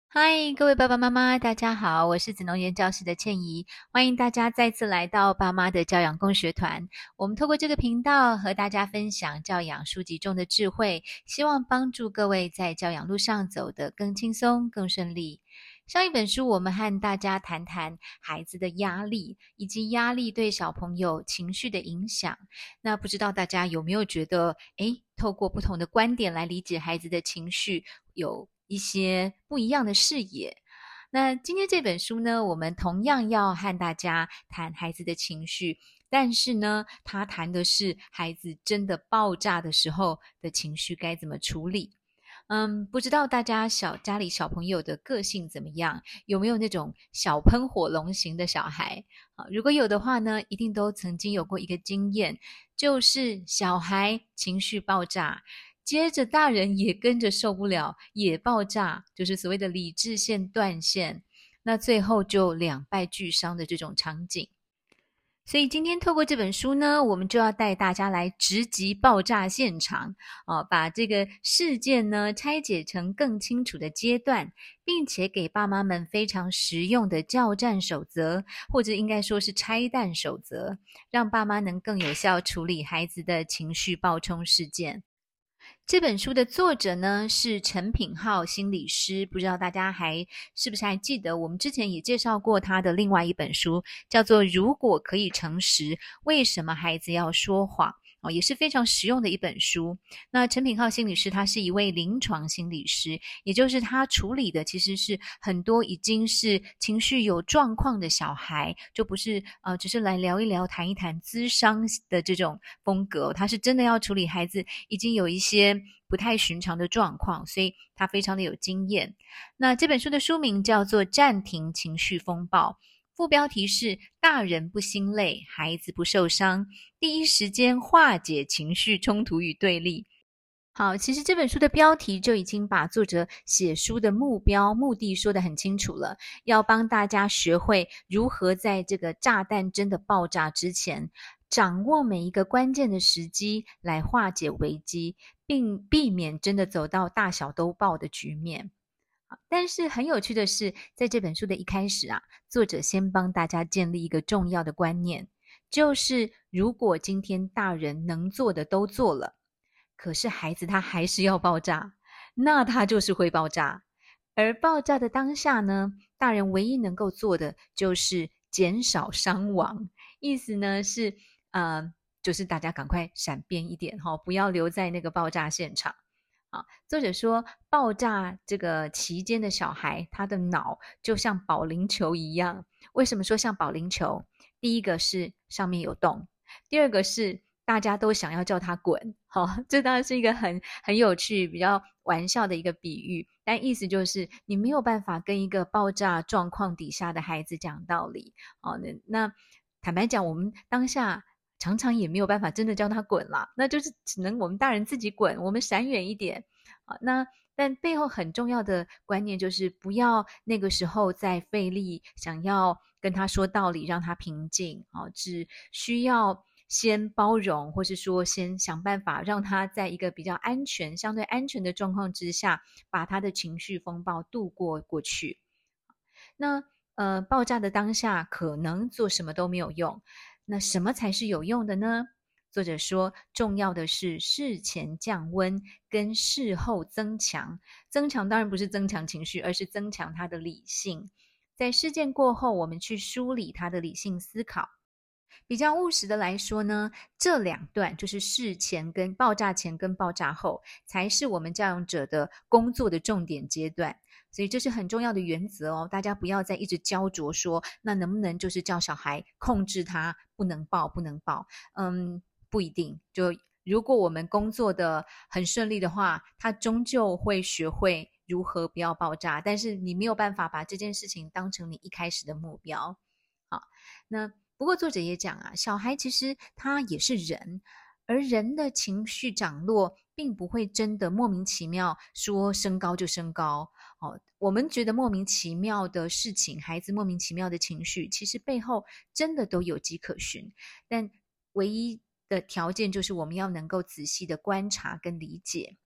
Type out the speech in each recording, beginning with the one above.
嗨，各位爸爸妈妈，大家好，我是子穠园教室的倩怡，欢迎大家再次来到爸妈的教养共学团。我们透过这个频道和大家分享教养书籍中的智慧，希望帮助各位在教养路上走得更轻松、更顺利。上一本书，我们和大家谈谈孩子的压力，以及压力对小朋友情绪的影响。那不知道大家有没有觉得，透过不同的观点来理解孩子的情绪，有一些不一样的视野。那今天这本书呢，我们同样要和大家谈孩子的情绪，但是呢，他谈的是孩子真的爆炸的时候的情绪该怎么处理。不知道大家家里小朋友的个性怎么样？有没有那种小喷火龙型的小孩？如果有的话呢，一定都曾经有过一个经验，就是小孩情绪爆炸，接着大人也跟着受不了，也爆炸，就是所谓的理智线断线，那最后就两败俱伤的这种场景。所以今天透过这本书呢，我们就要带大家来直击爆炸现场，把这个事件呢拆解成更清楚的阶段，并且给爸妈们非常实用的教战守则，或者应该说是拆弹守则，让爸妈能更有效处理孩子的情绪爆冲事件。这本书的作者呢是陈品浩心理师，不知道大家是不是还记得，我们之前也介绍过他的另外一本书，叫做《如果可以诚实，为什么孩子要说谎》。也是非常实用的一本书。那陈品浩心理师他是一位临床心理师，也就是他处理的其实是很多已经是情绪有状况的小孩，就不是只是来聊一聊谈一谈咨商的这种风格，他是真的要处理孩子已经有一些不太寻常的状况，所以他非常的有经验。那这本书的书名叫做《暂停情绪风暴》，副标题是大人不心累，孩子不受伤，第一时间化解情绪冲突与对立。好，其实这本书的标题就已经把作者写书的目的说得很清楚了，要帮大家学会如何在这个炸弹真的爆炸之前，掌握每一个关键的时机来化解危机，并避免真的走到大小都爆的局面。但是很有趣的是，在这本书的一开始作者先帮大家建立一个重要的观念，就是如果今天大人能做的都做了，可是孩子他还是要爆炸，那他就是会爆炸。而爆炸的当下呢，大人唯一能够做的就是减少伤亡。意思呢是就是大家赶快闪边一点不要留在那个爆炸现场。作者说爆炸这个期间的小孩，他的脑就像保龄球一样。为什么说像保龄球？第一个是上面有洞，第二个是大家都想要叫他滚。这当然是一个很有趣比较玩笑的一个比喻，但意思就是你没有办法跟一个爆炸状况底下的孩子讲道理。那坦白讲，我们当下常常也没有办法真的叫他滚啦，那就是只能我们大人自己滚，我们闪远一点。但背后很重要的观念就是不要那个时候再费力想要跟他说道理让他平静，只需要先包容，或是说先想办法让他在一个比较相对安全的状况之下，把他的情绪风暴度过去。那爆炸的当下可能做什么都没有用，那什么才是有用的呢？作者说，重要的是事前降温跟事后增强。增强当然不是增强情绪，而是增强他的理性。在事件过后，我们去梳理他的理性思考。比较务实的来说呢，这两段就是事前跟爆炸前跟爆炸后，才是我们教养者的工作的重点阶段。所以这是很重要的原则哦，大家不要再一直焦灼说，那能不能就是叫小孩控制他不能爆不能爆？不一定。就如果我们工作的很顺利的话，他终究会学会如何不要爆炸，但是你没有办法把这件事情当成你一开始的目标。好，那不过作者也讲小孩其实他也是人，而人的情绪涨落并不会真的莫名其妙说升高就升高。我们觉得莫名其妙的事情，孩子莫名其妙的情绪，其实背后真的都有迹可循，但唯一的条件就是我们要能够仔细的观察跟理解。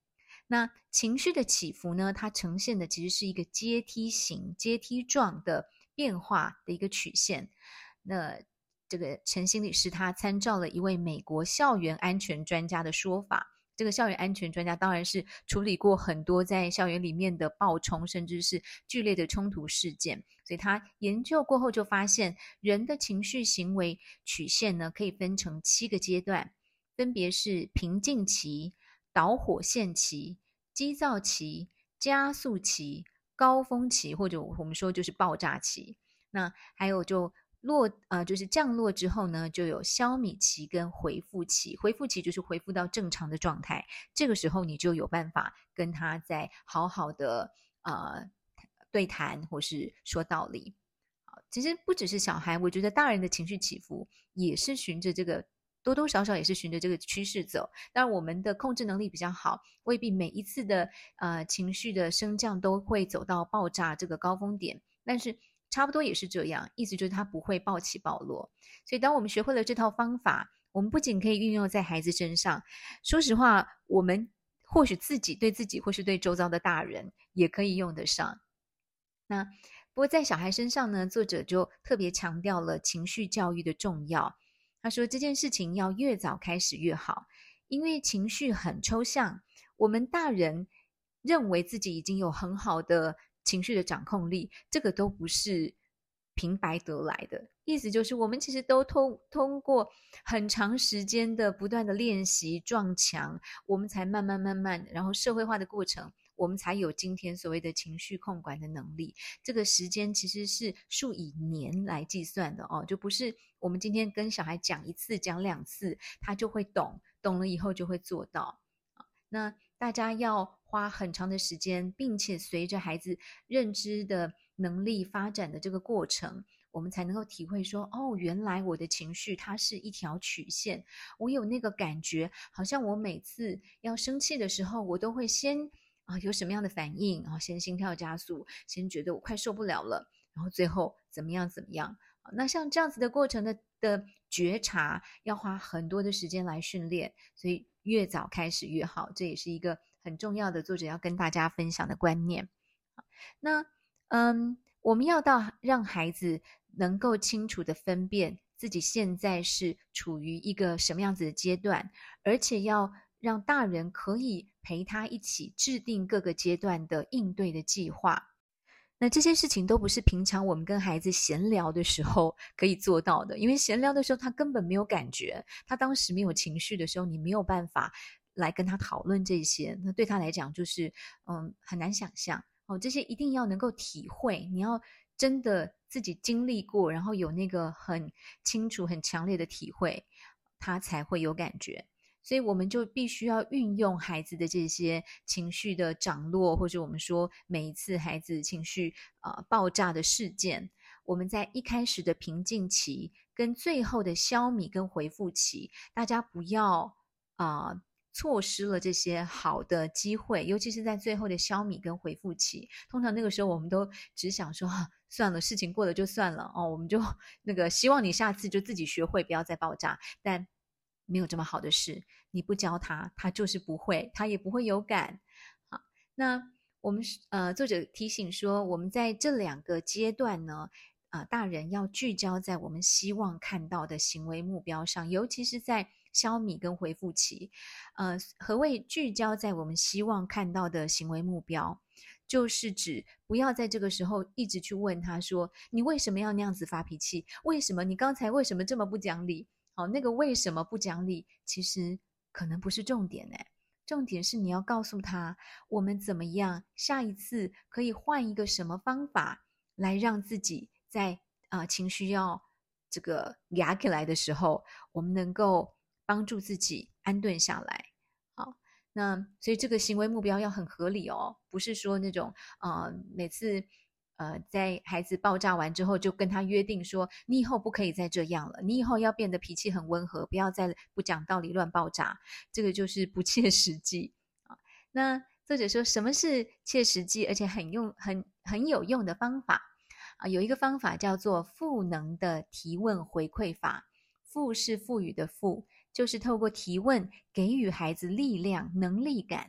那情绪的起伏呢，它呈现的其实是一个阶梯型、阶梯状的变化的一个曲线。那这个陈心理师他参照了一位美国校园安全专家的说法，这个校园安全专家当然是处理过很多在校园里面的暴冲，甚至是剧烈的冲突事件，所以他研究过后就发现，人的情绪行为曲线呢，可以分成7个阶段，分别是平静期、导火线期、激躁期、加速期、高峰期，或者我们说就是爆炸期。那还有就是降落之后呢，就有消弭期跟回复期。回复期就是恢复到正常的状态，这个时候你就有办法跟他再好好的对谈或是说道理。其实不只是小孩，我觉得大人的情绪起伏也是循着这个多多少少也是循着这个趋势走。当然我们的控制能力比较好，未必每一次的情绪的升降都会走到爆炸这个高峰点，但是差不多也是这样，意思就是它不会暴起暴落。所以当我们学会了这套方法，我们不仅可以运用在孩子身上，说实话，我们或许对自己或是对周遭的大人也可以用得上。那不过在小孩身上呢，作者就特别强调了情绪教育的重要。他说这件事情要越早开始越好，因为情绪很抽象，我们大人认为自己已经有很好的情绪的掌控力，这个都不是平白得来的。意思就是我们其实都通过很长时间的不断的练习撞墙，我们才慢慢然后社会化的过程，我们才有今天所谓的情绪控管的能力。这个时间其实是数以年来计算的哦，就不是我们今天跟小孩讲1次讲2次他就会懂了以后就会做到。那大家要花很长的时间，并且随着孩子认知的能力发展的这个过程，我们才能够体会说，哦，原来我的情绪它是一条曲线，我有那个感觉，好像我每次要生气的时候，我都会先有什么样的反应，先心跳加速，先觉得我快受不了了，然后最后怎么样。那像这样子的过程的觉察，要花很多的时间来训练，所以越早开始越好，这也是一个很重要的作者要跟大家分享的观念。那我们要让孩子能够清楚的分辨自己现在是处于一个什么样子的阶段，而且要让大人可以陪他一起制定各个阶段的应对的计划。那这些事情都不是平常我们跟孩子闲聊的时候可以做到的，因为闲聊的时候他根本没有感觉，他当时没有情绪的时候，你没有办法来跟他讨论这些，那对他来讲就是很难想象这些一定要能够体会，你要真的自己经历过，然后有那个很清楚很强烈的体会，他才会有感觉。所以我们就必须要运用孩子的这些情绪的涨落，或者我们说每一次孩子情绪爆炸的事件，我们在一开始的平静期跟最后的消弭跟回复期，大家不要错失了这些好的机会，尤其是在最后的消弭跟回复期。通常那个时候我们都只想说算了，事情过了就算了我们就那个希望你下次就自己学会，不要再爆炸。但没有这么好的事，你不教他，他就是不会，他也不会有感。好，那我们作者提醒说，我们在这2个阶段呢，大人要聚焦在我们希望看到的行为目标上，尤其是在消弭跟回复期。何谓聚焦在我们希望看到的行为目标？就是指不要在这个时候一直去问他说，你为什么要那样子发脾气？你刚才为什么这么不讲理？那个为什么不讲理其实可能不是重点重点是你要告诉他，我们怎么样下一次可以换一个什么方法来让自己在情绪要这个压起来的时候，我们能够帮助自己安顿下来。好，那所以这个行为目标要很合理不是说那种每次在孩子爆炸完之后就跟他约定说，你以后不可以再这样了，你以后要变得脾气很温和，不要再不讲道理乱爆炸，这个就是不切实际那作者说什么是切实际而且很有用的方法有一个方法叫做赋能的提问回馈法。赋是赋予的赋，就是透过提问给予孩子力量能力感，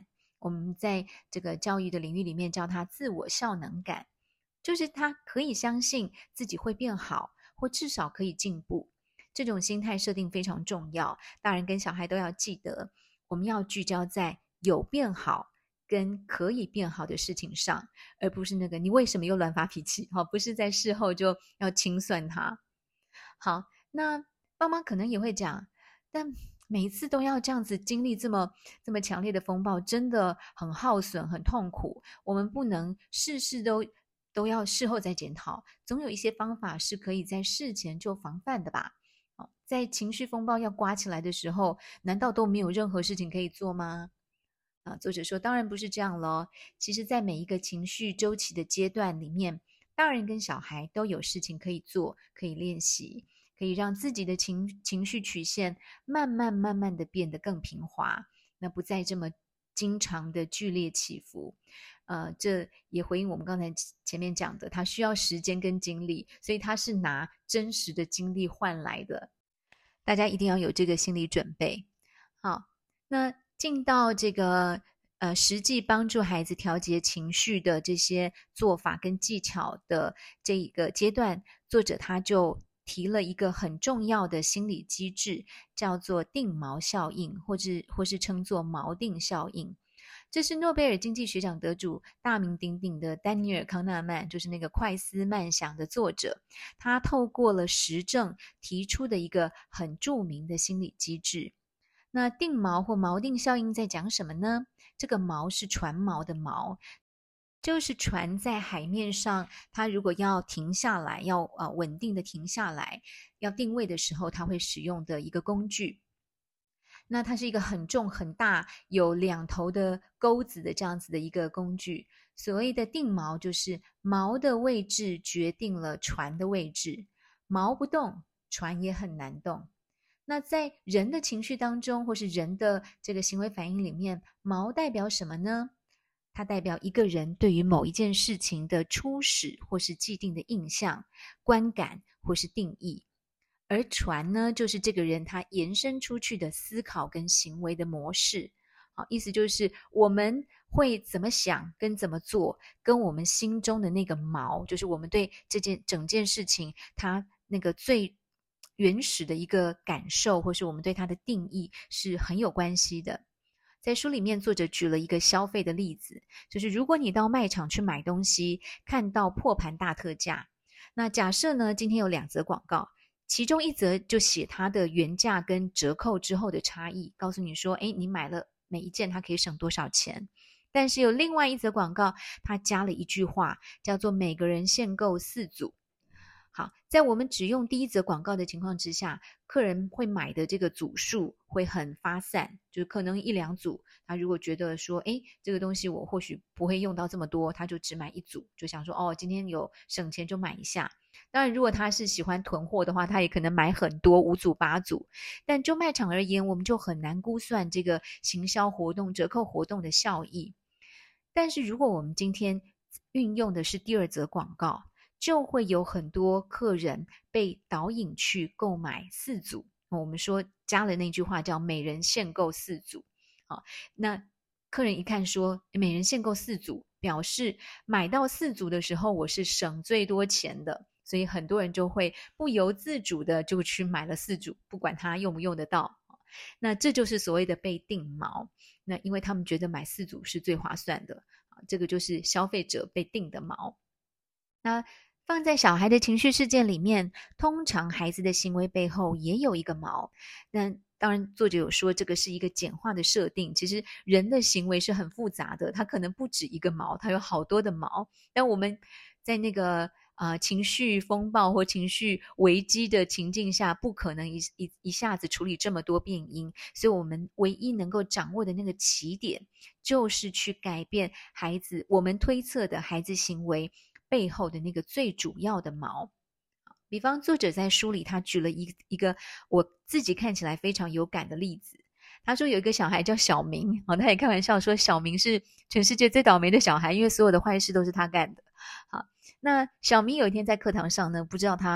我们在这个教育的领域里面叫它自我效能感，就是他可以相信自己会变好，或至少可以进步。这种心态设定非常重要，大人跟小孩都要记得，我们要聚焦在有变好跟可以变好的事情上，而不是那个你为什么又乱发脾气，不是在事后就要清算他。好，那爸妈可能也会讲，但每一次都要这样子经历这么强烈的风暴，真的很耗损很痛苦，我们不能事事都要事后再检讨，总有一些方法是可以在事前就防范的吧。在情绪风暴要刮起来的时候，难道都没有任何事情可以做吗？作者说当然不是这样咯，其实在每一个情绪周期的阶段里面，大人跟小孩都有事情可以做，可以练习，可以让自己的情绪曲线慢慢的变得更平滑，那不再这么经常的剧烈起伏。这也回应我们刚才前面讲的，他需要时间跟精力，所以他是拿真实的精力换来的，大家一定要有这个心理准备。好，那进到这个实际帮助孩子调节情绪的这些做法跟技巧的这一个阶段，作者他就提了一个很重要的心理机制，叫做定锚效应，或是称作锚定效应。这是诺贝尔经济学奖得主大名鼎鼎的丹尼尔·康纳曼，就是那个快思慢想的作者，他透过了实证提出的一个很著名的心理机制。那定锚或锚定效应在讲什么呢？这个锚是船锚的锚，就是船在海面上，它如果要停下来，要稳定的停下来，要定位的时候，它会使用的一个工具。那它是一个很重很大，有两头的钩子的这样子的一个工具。所谓的定锚，就是锚的位置决定了船的位置，锚不动，船也很难动。那在人的情绪当中，或是人的这个行为反应里面，锚代表什么呢？它代表一个人对于某一件事情的初始或是既定的印象、观感或是定义。而船呢，就是这个人他延伸出去的思考跟行为的模式。意思就是我们会怎么想跟怎么做，跟我们心中的那个锚，就是我们对整件事情它那个最原始的一个感受，或是我们对它的定义是很有关系的。在书里面，作者举了一个消费的例子，就是如果你到卖场去买东西，看到破盘大特价，那假设呢，今天有2则广告，其中一则就写它的原价跟折扣之后的差异，告诉你说，你买了每一件它可以省多少钱。但是有另外一则广告，它加了一句话，叫做每个人限购4组。好，在我们只用第一则广告的情况之下，客人会买的这个组数会很发散，就是可能1-2组，他如果觉得说这个东西我或许不会用到这么多，他就只买1组，就想说今天有省钱就买一下。当然如果他是喜欢囤货的话，他也可能买很多5组8组，但就卖场而言，我们就很难估算这个行销活动折扣活动的效益。但是如果我们今天运用的是第2则广告，就会有很多客人被导引去购买4组。我们说加了那句话叫每人限购4组。好，那客人一看说每人限购4组，表示买到4组的时候我是省最多钱的，所以很多人就会不由自主的就去买了4组，不管他用不用得到。那这就是所谓的被定锚，那因为他们觉得买4组是最划算的，这个就是消费者被定的锚。那放在小孩的情绪事件里面，通常孩子的行为背后也有一个锚。那当然作者有说这个是一个简化的设定，其实人的行为是很复杂的，它可能不止一个锚，它有好多的锚。但我们在那个情绪风暴或情绪危机的情境下，不可能一下子处理这么多变因，所以我们唯一能够掌握的那个起点，就是去改变孩子我们推测的孩子行为背后的那个最主要的锚。比方作者在书里他举了一个我自己看起来非常有感的例子。他说有一个小孩叫小明，他也开玩笑说小明是全世界最倒霉的小孩，因为所有的坏事都是他干的。好，那小明有一天在课堂上呢，不知道他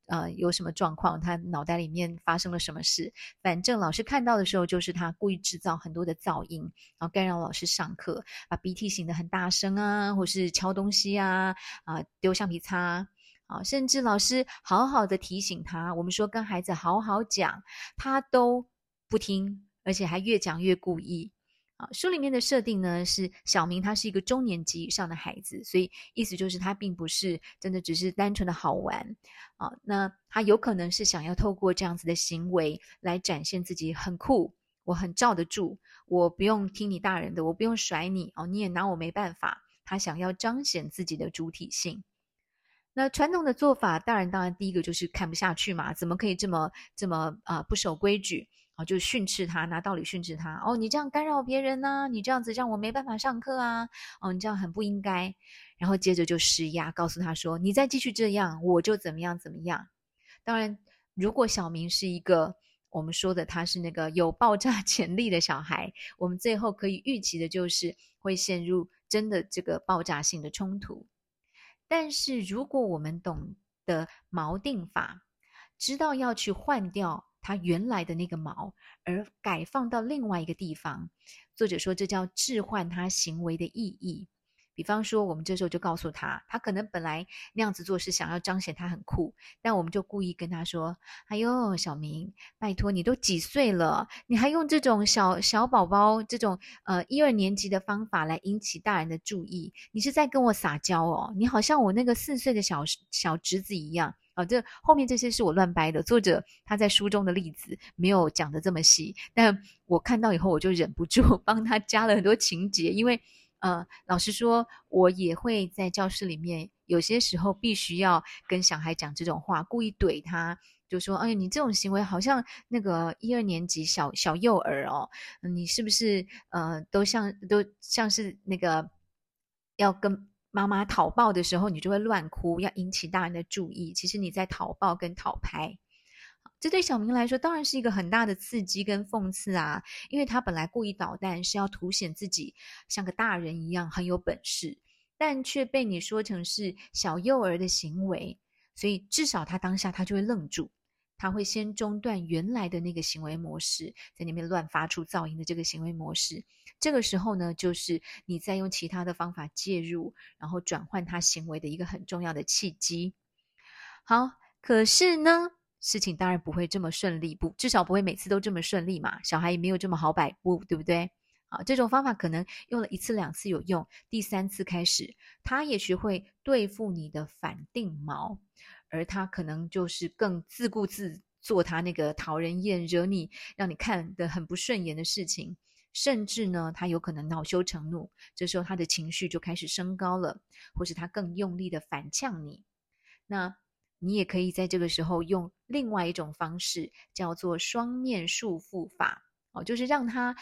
有什么状况，他脑袋里面发生了什么事。反正老师看到的时候，就是他故意制造很多的噪音，然后干扰老师上课，把鼻涕擤得很大声啊，或是敲东西啊，丢橡皮擦啊，甚至老师好好的提醒他，我们说跟孩子好好讲，他都不听，而且还越讲越故意。书里面的设定呢是小明他是一个中年级以上的孩子，所以意思就是他并不是真的只是单纯的好玩那他有可能是想要透过这样子的行为来展现自己很酷，我很罩得住，我不用听你大人的，我不用甩你你也拿我没办法，他想要彰显自己的主体性。那传统的做法当然第一个就是看不下去嘛，怎么可以这么不守规矩就训斥他，拿道理训斥他你这样干扰别人啊，你这样子让我没办法上课啊你这样很不应该，然后接着就施压，告诉他说你再继续这样我就怎么样怎么样。当然如果小明是一个我们说的他是那个有爆炸潜力的小孩，我们最后可以预期的就是会陷入真的这个爆炸性的冲突。但是如果我们懂得锚定法，知道要去换掉它原来的那个锚，而改放到另外一个地方，作者说这叫置换他行为的意义。比方说我们这时候就告诉他，他可能本来那样子做是想要彰显他很酷，但我们就故意跟他说，哎呦小明，拜托你都几岁了，你还用这种小宝宝这种1、2年级的方法来引起大人的注意，你是在跟我撒娇你好像我那个4岁的小侄子一样这后面这些是我乱掰的，作者他在书中的例子没有讲得这么细，但我看到以后我就忍不住帮他加了很多情节，因为老实说我也会在教室里面有些时候必须要跟小孩讲这种话，故意怼他，就说哎，你这种行为好像那个1、2年级小幼儿你是不是都像是那个要跟妈妈讨抱的时候你就会乱哭，要引起大人的注意，其实你在讨抱跟讨拍。这对小明来说当然是一个很大的刺激跟讽刺啊，因为他本来故意捣蛋是要凸显自己像个大人一样很有本事，但却被你说成是小幼儿的行为，所以至少他当下他就会愣住，他会先中断原来的那个行为模式，在那边乱发出噪音的这个行为模式，这个时候呢就是你再用其他的方法介入，然后转换他行为的一个很重要的契机。好，可是呢事情当然不会这么顺利，至少不会每次都这么顺利嘛，小孩也没有这么好摆布，对不对？好，这种方法可能用了1次2次有用，第3次开始他也学会对付你的反定锚，而他可能就是更自顾自做他那个讨人厌惹你让你看得很不顺眼的事情，甚至呢他有可能恼羞成怒，这时候他的情绪就开始升高了，或是他更用力的反呛你。那你也可以在这个时候用另外一种方式，叫做双面束缚法就是让他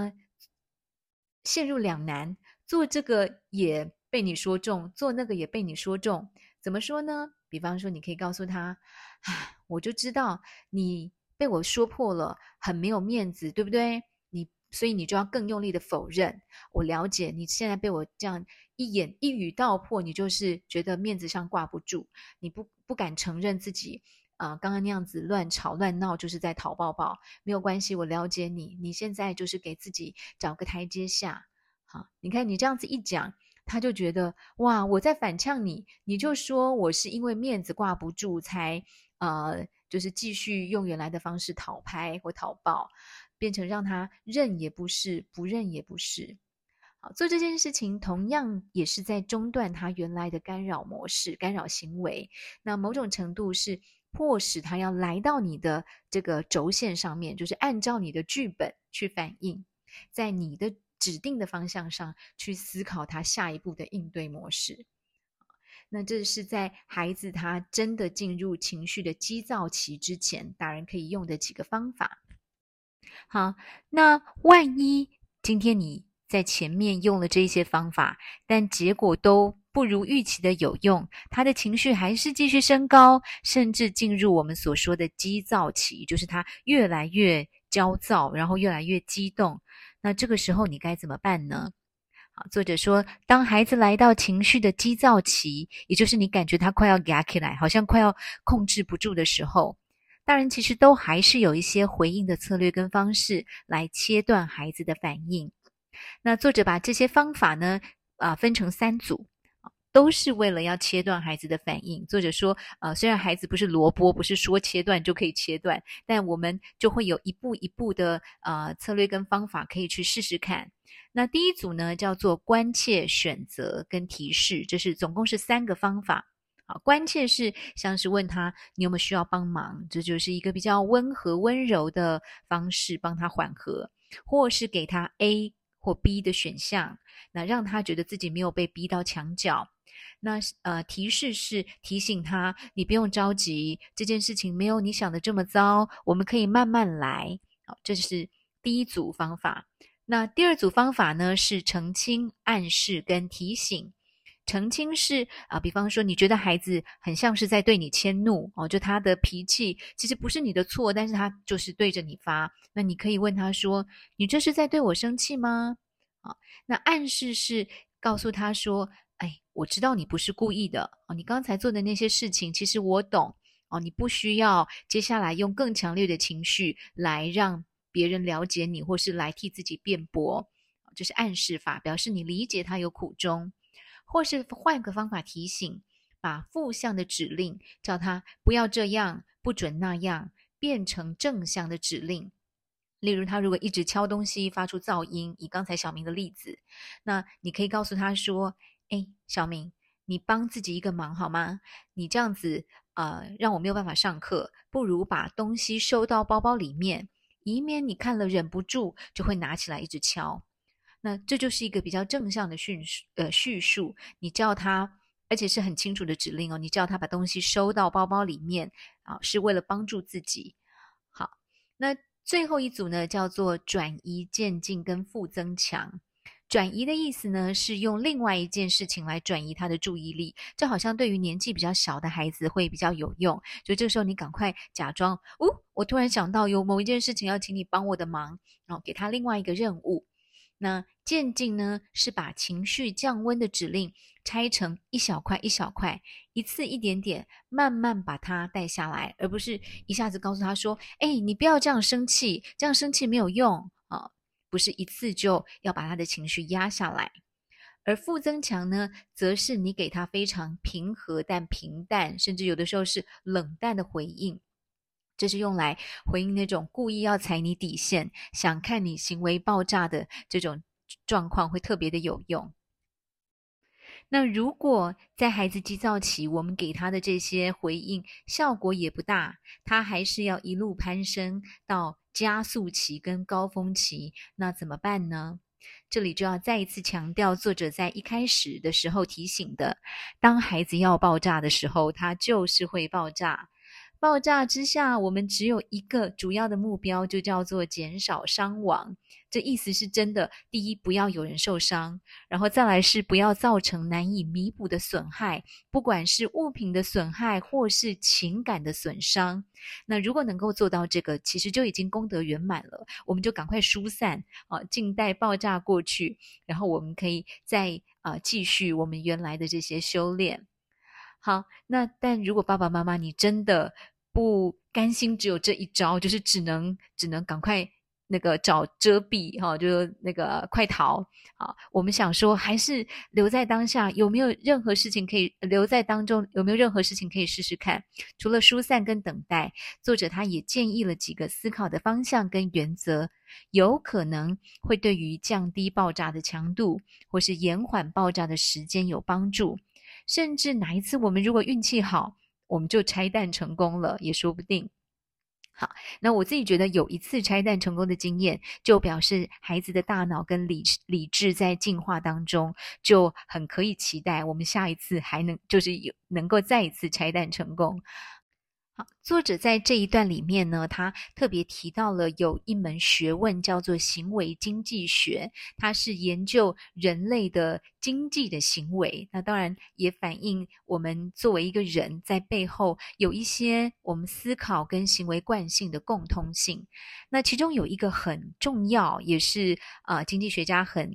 陷入两难，做这个也被你说中，做那个也被你说中。怎么说呢？比方说你可以告诉他，我就知道你被我说破了，很没有面子，对不对？所以你就要更用力的否认。我了解你现在被我这样一语道破，你就是觉得面子上挂不住，你不敢承认自己刚刚那样子乱吵乱闹就是在讨抱抱。没有关系，我了解你，你现在就是给自己找个台阶下。好，你看你这样子一讲，他就觉得哇，我在反呛你，你就说我是因为面子挂不住才就是继续用原来的方式讨拍或讨抱，变成让他认也不是，不认也不是。好，做这件事情同样也是在中断他原来的干扰模式、干扰行为。那某种程度是迫使他要来到你的这个轴线上面，就是按照你的剧本去反应，在你的指定的方向上去思考他下一步的应对模式。那这是在孩子他真的进入情绪的激躁期之前，大人可以用的几个方法。好，那万一今天你在前面用了这些方法，但结果都不如预期的有用，他的情绪还是继续升高，甚至进入我们所说的激躁期，就是他越来越焦躁，然后越来越激动，那这个时候你该怎么办呢？ 作者说，当孩子来到情绪的激躁期，也就是你感觉他快要压起来，好像快要控制不住的时候，大人其实都还是有一些回应的策略跟方式来切断孩子的反应。那作者把这些方法呢，分成3组，都是为了要切断孩子的反应。作者说，虽然孩子不是萝卜，不是说切断就可以切断，但我们就会有一步一步的策略跟方法可以去试试看。那第一组呢，叫做关切、选择跟提示，这是总共是3个方法。好，关切是像是问他你有没有需要帮忙，这就是一个比较温和温柔的方式，帮他缓和，或是给他 A 或 B 的选项，那让他觉得自己没有被逼到墙角。那提示是提醒他，你不用着急，这件事情没有你想的这么糟，我们可以慢慢来。好，这是第一组方法。那第二组方法呢，是澄清、暗示跟提醒。澄清是比方说你觉得孩子很像是在对你迁怒就他的脾气其实不是你的错，但是他就是对着你发，那你可以问他说，你这是在对我生气吗？那暗示是告诉他说，我知道你不是故意的你刚才做的那些事情其实我懂你不需要接下来用更强烈的情绪来让别人了解你，或是来替自己辩驳，这是暗示法，表示你理解他有苦衷。或是换个方法提醒，把负向的指令叫他不要这样，不准那样，变成正向的指令。例如他如果一直敲东西发出噪音，以刚才小明的例子，那你可以告诉他说，小明，你帮自己一个忙好吗？你这样子让我没有办法上课，不如把东西收到包包里面，以免你看了忍不住就会拿起来一直敲。那这就是一个比较正向的叙述，你叫他，而且是很清楚的指令你叫他把东西收到包包里面是为了帮助自己。好，那最后一组呢，叫做转移渐进跟负增强。转移的意思呢，是用另外一件事情来转移他的注意力，这好像对于年纪比较小的孩子会比较有用，所以这个时候你赶快假装我突然想到有某一件事情要请你帮我的忙，然后给他另外一个任务。那渐进呢，是把情绪降温的指令拆成一小块一小块，一次一点点，慢慢把它带下来，而不是一下子告诉他说，你不要这样生气，这样生气没有用不是一次就要把他的情绪压下来。而负增强呢，则是你给他非常平和但平淡，甚至有的时候是冷淡的回应，这是用来回应那种故意要踩你底线，想看你行为爆炸的这种状况，会特别的有用。那如果在孩子急躁期，我们给他的这些回应效果也不大，他还是要一路攀升到加速期跟高峰期，那怎么办呢？这里就要再一次强调作者在一开始的时候提醒的，当孩子要爆炸的时候，他就是会爆炸。爆炸之下，我们只有一个主要的目标，就叫做减少伤亡。这意思是真的，第一，不要有人受伤，然后再来是不要造成难以弥补的损害，不管是物品的损害或是情感的损伤。那如果能够做到这个，其实就已经功德圆满了，我们就赶快疏散静待爆炸过去，然后我们可以再继续我们原来的这些修炼。好，那但如果爸爸妈妈你真的不甘心只有这一招，就是只能赶快那个找遮蔽就那个快逃我们想说还是留在当下，有没有任何事情可以留在当中，有没有任何事情可以试试看？除了疏散跟等待，作者他也建议了几个思考的方向跟原则，有可能会对于降低爆炸的强度或是延缓爆炸的时间有帮助。甚至哪一次我们如果运气好，我们就拆弹成功了也说不定。好，那我自己觉得有一次拆弹成功的经验，就表示孩子的大脑跟理智在进化当中，就很可以期待我们下一次还能够再一次拆弹成功。好，作者在这一段里面呢，他特别提到了有一门学问叫做行为经济学，它是研究人类的经济的行为，那当然也反映我们作为一个人在背后有一些我们思考跟行为惯性的共通性。那其中有一个很重要，也是经济学家很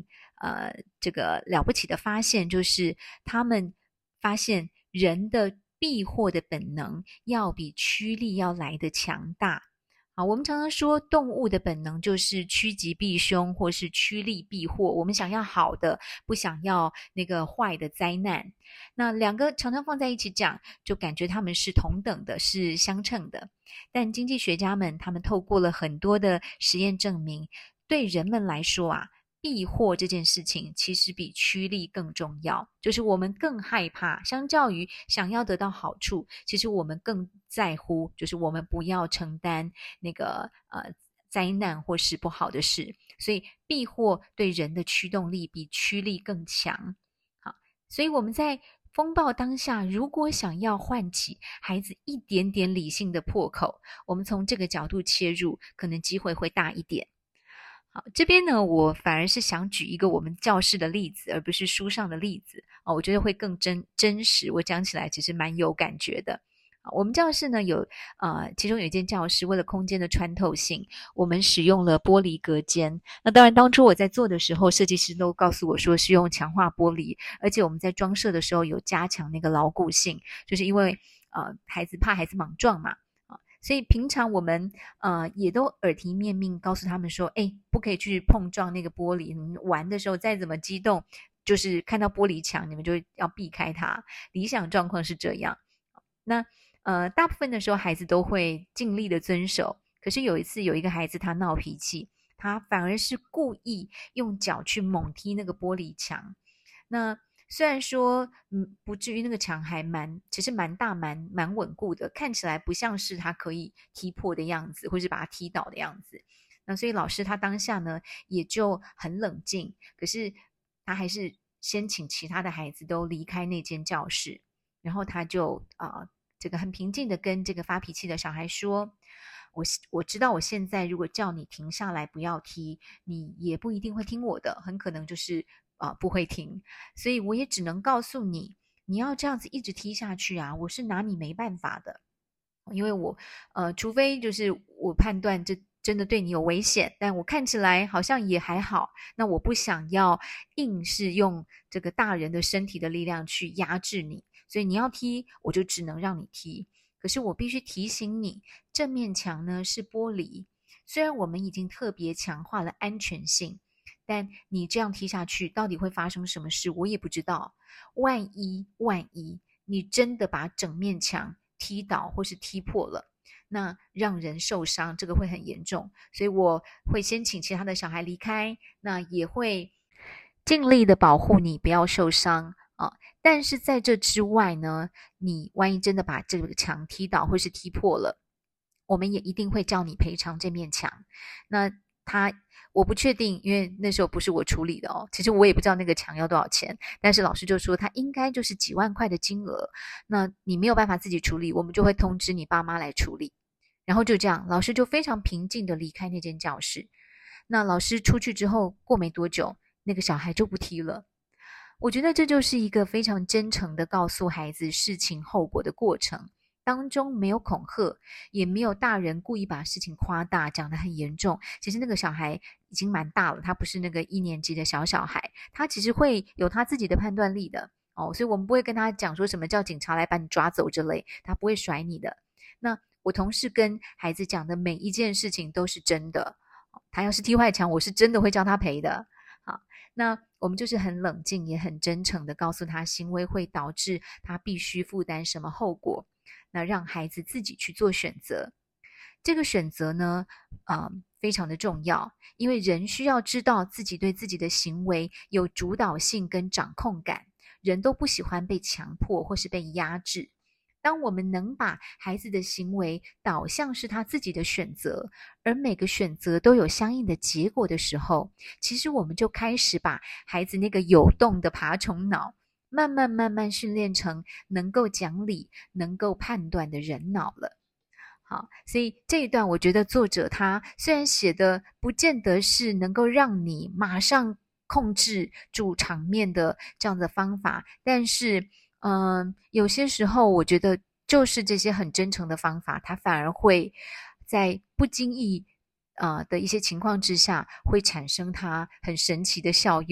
这个了不起的发现，就是他们发现人的避祸的本能要比趋利要来得强大。好，我们常常说动物的本能就是趋吉避凶或是趋利避祸，我们想要好的，不想要那个坏的灾难。那两个常常放在一起讲，就感觉他们是同等的，是相称的。但经济学家们他们透过了很多的实验证明，对人们来说啊，避祸这件事情其实比趋利更重要，就是我们更害怕，相较于想要得到好处，其实我们更在乎，就是我们不要承担那个灾难或是不好的事，所以避祸对人的驱动力比趋利更强。好，所以我们在风暴当下，如果想要唤起孩子一点点理性的破口，我们从这个角度切入，可能机会会大一点。好，这边呢，我反而是想举一个我们教室的例子，而不是书上的例子我觉得会更真实。我讲起来其实蛮有感觉的。我们教室呢其中有一间教室为了空间的穿透性，我们使用了玻璃隔间。那当然，当初我在做的时候，设计师都告诉我说是用强化玻璃，而且我们在装设的时候有加强那个牢固性，就是因为怕孩子莽撞嘛。所以平常我们也都耳提面命告诉他们说，不可以去碰撞那个玻璃，你们玩的时候再怎么激动，就是看到玻璃墙你们就要避开它，理想状况是这样。那大部分的时候孩子都会尽力的遵守，可是有一次有一个孩子他闹脾气，他反而是故意用脚去猛踢那个玻璃墙。那虽然说不至于那个墙还其实蛮大蛮稳固的，看起来不像是他可以踢破的样子，或是把他踢倒的样子。那所以老师他当下呢也就很冷静，可是他还是先请其他的孩子都离开那间教室，然后他就这个很平静的跟这个发脾气的小孩说，我知道我现在如果叫你停下来不要踢，你也不一定会听我的，很可能就是不会听，所以我也只能告诉你，你要这样子一直踢下去啊，我是拿你没办法的。因为我除非就是我判断这真的对你有危险，但我看起来好像也还好，那我不想要硬是用这个大人的身体的力量去压制你，所以你要踢我就只能让你踢。可是我必须提醒你，这面墙呢是玻璃，虽然我们已经特别强化了安全性，但你这样踢下去到底会发生什么事我也不知道。万一你真的把整面墙踢倒或是踢破了，那让人受伤，这个会很严重，所以我会先请其他的小孩离开，那也会尽力的保护你不要受伤但是在这之外呢，你万一真的把这个墙踢倒或是踢破了，我们也一定会叫你赔偿这面墙。那我不确定，因为那时候不是我处理的其实我也不知道那个墙要多少钱，但是老师就说他应该就是几万块的金额，那你没有办法自己处理，我们就会通知你爸妈来处理。然后就这样，老师就非常平静的离开那间教室。那老师出去之后，过没多久，那个小孩就不踢了。我觉得这就是一个非常真诚的告诉孩子事情后果的过程，当中没有恐吓，也没有大人故意把事情夸大讲得很严重。其实那个小孩已经蛮大了，他不是那个1年级的小孩，他其实会有他自己的判断力的所以我们不会跟他讲说什么叫警察来把你抓走之类，他不会甩你的。那我同事跟孩子讲的每一件事情都是真的，他要是踢坏墙，我是真的会叫他赔的。好，那我们就是很冷静也很真诚的告诉他行为会导致他必须负担什么后果，那让孩子自己去做选择。这个选择呢非常的重要，因为人需要知道自己对自己的行为有主导性跟掌控感，人都不喜欢被强迫或是被压制。当我们能把孩子的行为导向是他自己的选择，而每个选择都有相应的结果的时候，其实我们就开始把孩子那个有动的爬虫脑慢慢训练成能够讲理能够判断的人脑了。好，所以这一段我觉得作者他虽然写的不见得是能够让你马上控制住场面的这样的方法，但是有些时候我觉得就是这些很真诚的方法，它反而会在不经意的一些情况之下会产生它很神奇的效用。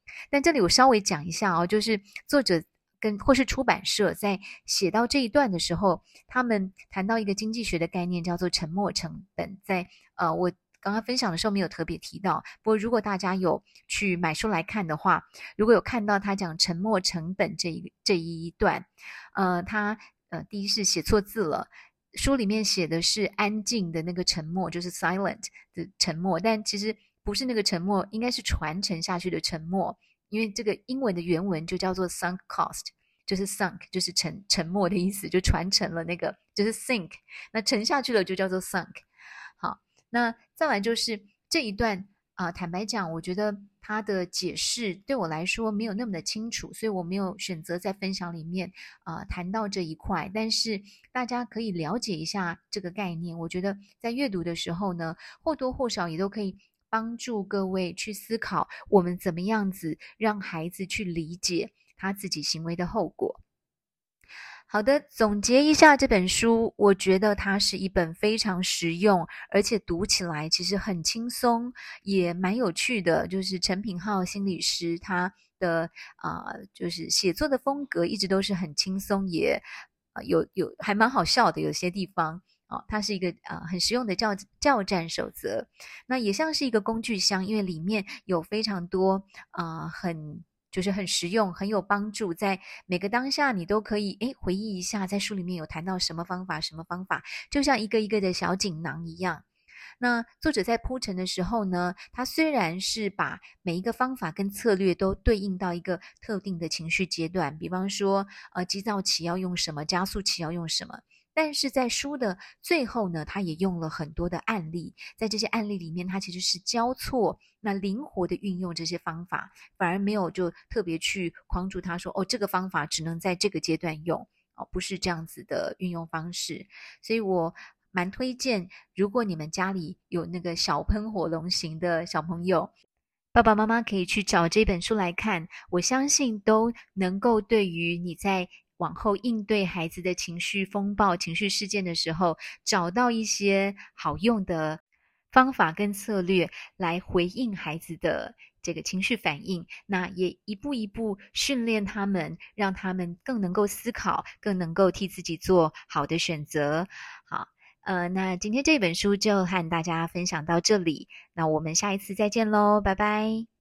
但这里我稍微讲一下就是作者或是出版社在写到这一段的时候，他们谈到一个经济学的概念叫做沉没成本，在我刚刚分享的时候没有特别提到，不过如果大家有去买书来看的话，如果有看到他讲沉没成本这一段，他第一是写错字了，书里面写的是安静的那个沉默，就是 silent 的沉默，但其实不是那个沉默，应该是传承下去的沉默，因为这个英文的原文就叫做 sunk cost， 就是 sunk 就是沉默的意思，就传承了那个就是 sink， 那沉下去了就叫做 sunk。 好，那再来就是这一段坦白讲，我觉得他的解释对我来说没有那么的清楚，所以我没有选择在分享里面谈到这一块。但是大家可以了解一下这个概念，我觉得在阅读的时候呢，或多或少也都可以帮助各位去思考，我们怎么样子让孩子去理解他自己行为的后果。好的，总结一下这本书，我觉得它是一本非常实用，而且读起来其实很轻松，也蛮有趣的。就是陈品皓心理师他的就是写作的风格一直都是很轻松，也有还蛮好笑的，有些地方。它是一个很实用的教战守则，那也像是一个工具箱，因为里面有非常多就是很实用，很有帮助，在每个当下你都可以回忆一下，在书里面有谈到什么方法，就像一个一个的小锦囊一样。那作者在铺陈的时候呢，他虽然是把每一个方法跟策略都对应到一个特定的情绪阶段，比方说急躁期要用什么，加速期要用什么，但是在书的最后呢，他也用了很多的案例，在这些案例里面，他其实是交错那灵活的运用这些方法，反而没有就特别去框住他说这个方法只能在这个阶段用，不是这样子的运用方式。所以我蛮推荐，如果你们家里有那个小喷火龙型的小朋友，爸爸妈妈可以去找这本书来看，我相信都能够对于你在往后应对孩子的情绪风暴、情绪事件的时候，找到一些好用的方法跟策略来回应孩子的这个情绪反应，那也一步一步训练他们，让他们更能够思考，更能够替自己做好的选择。好，那今天这本书就和大家分享到这里，那我们下一次再见喽，拜拜。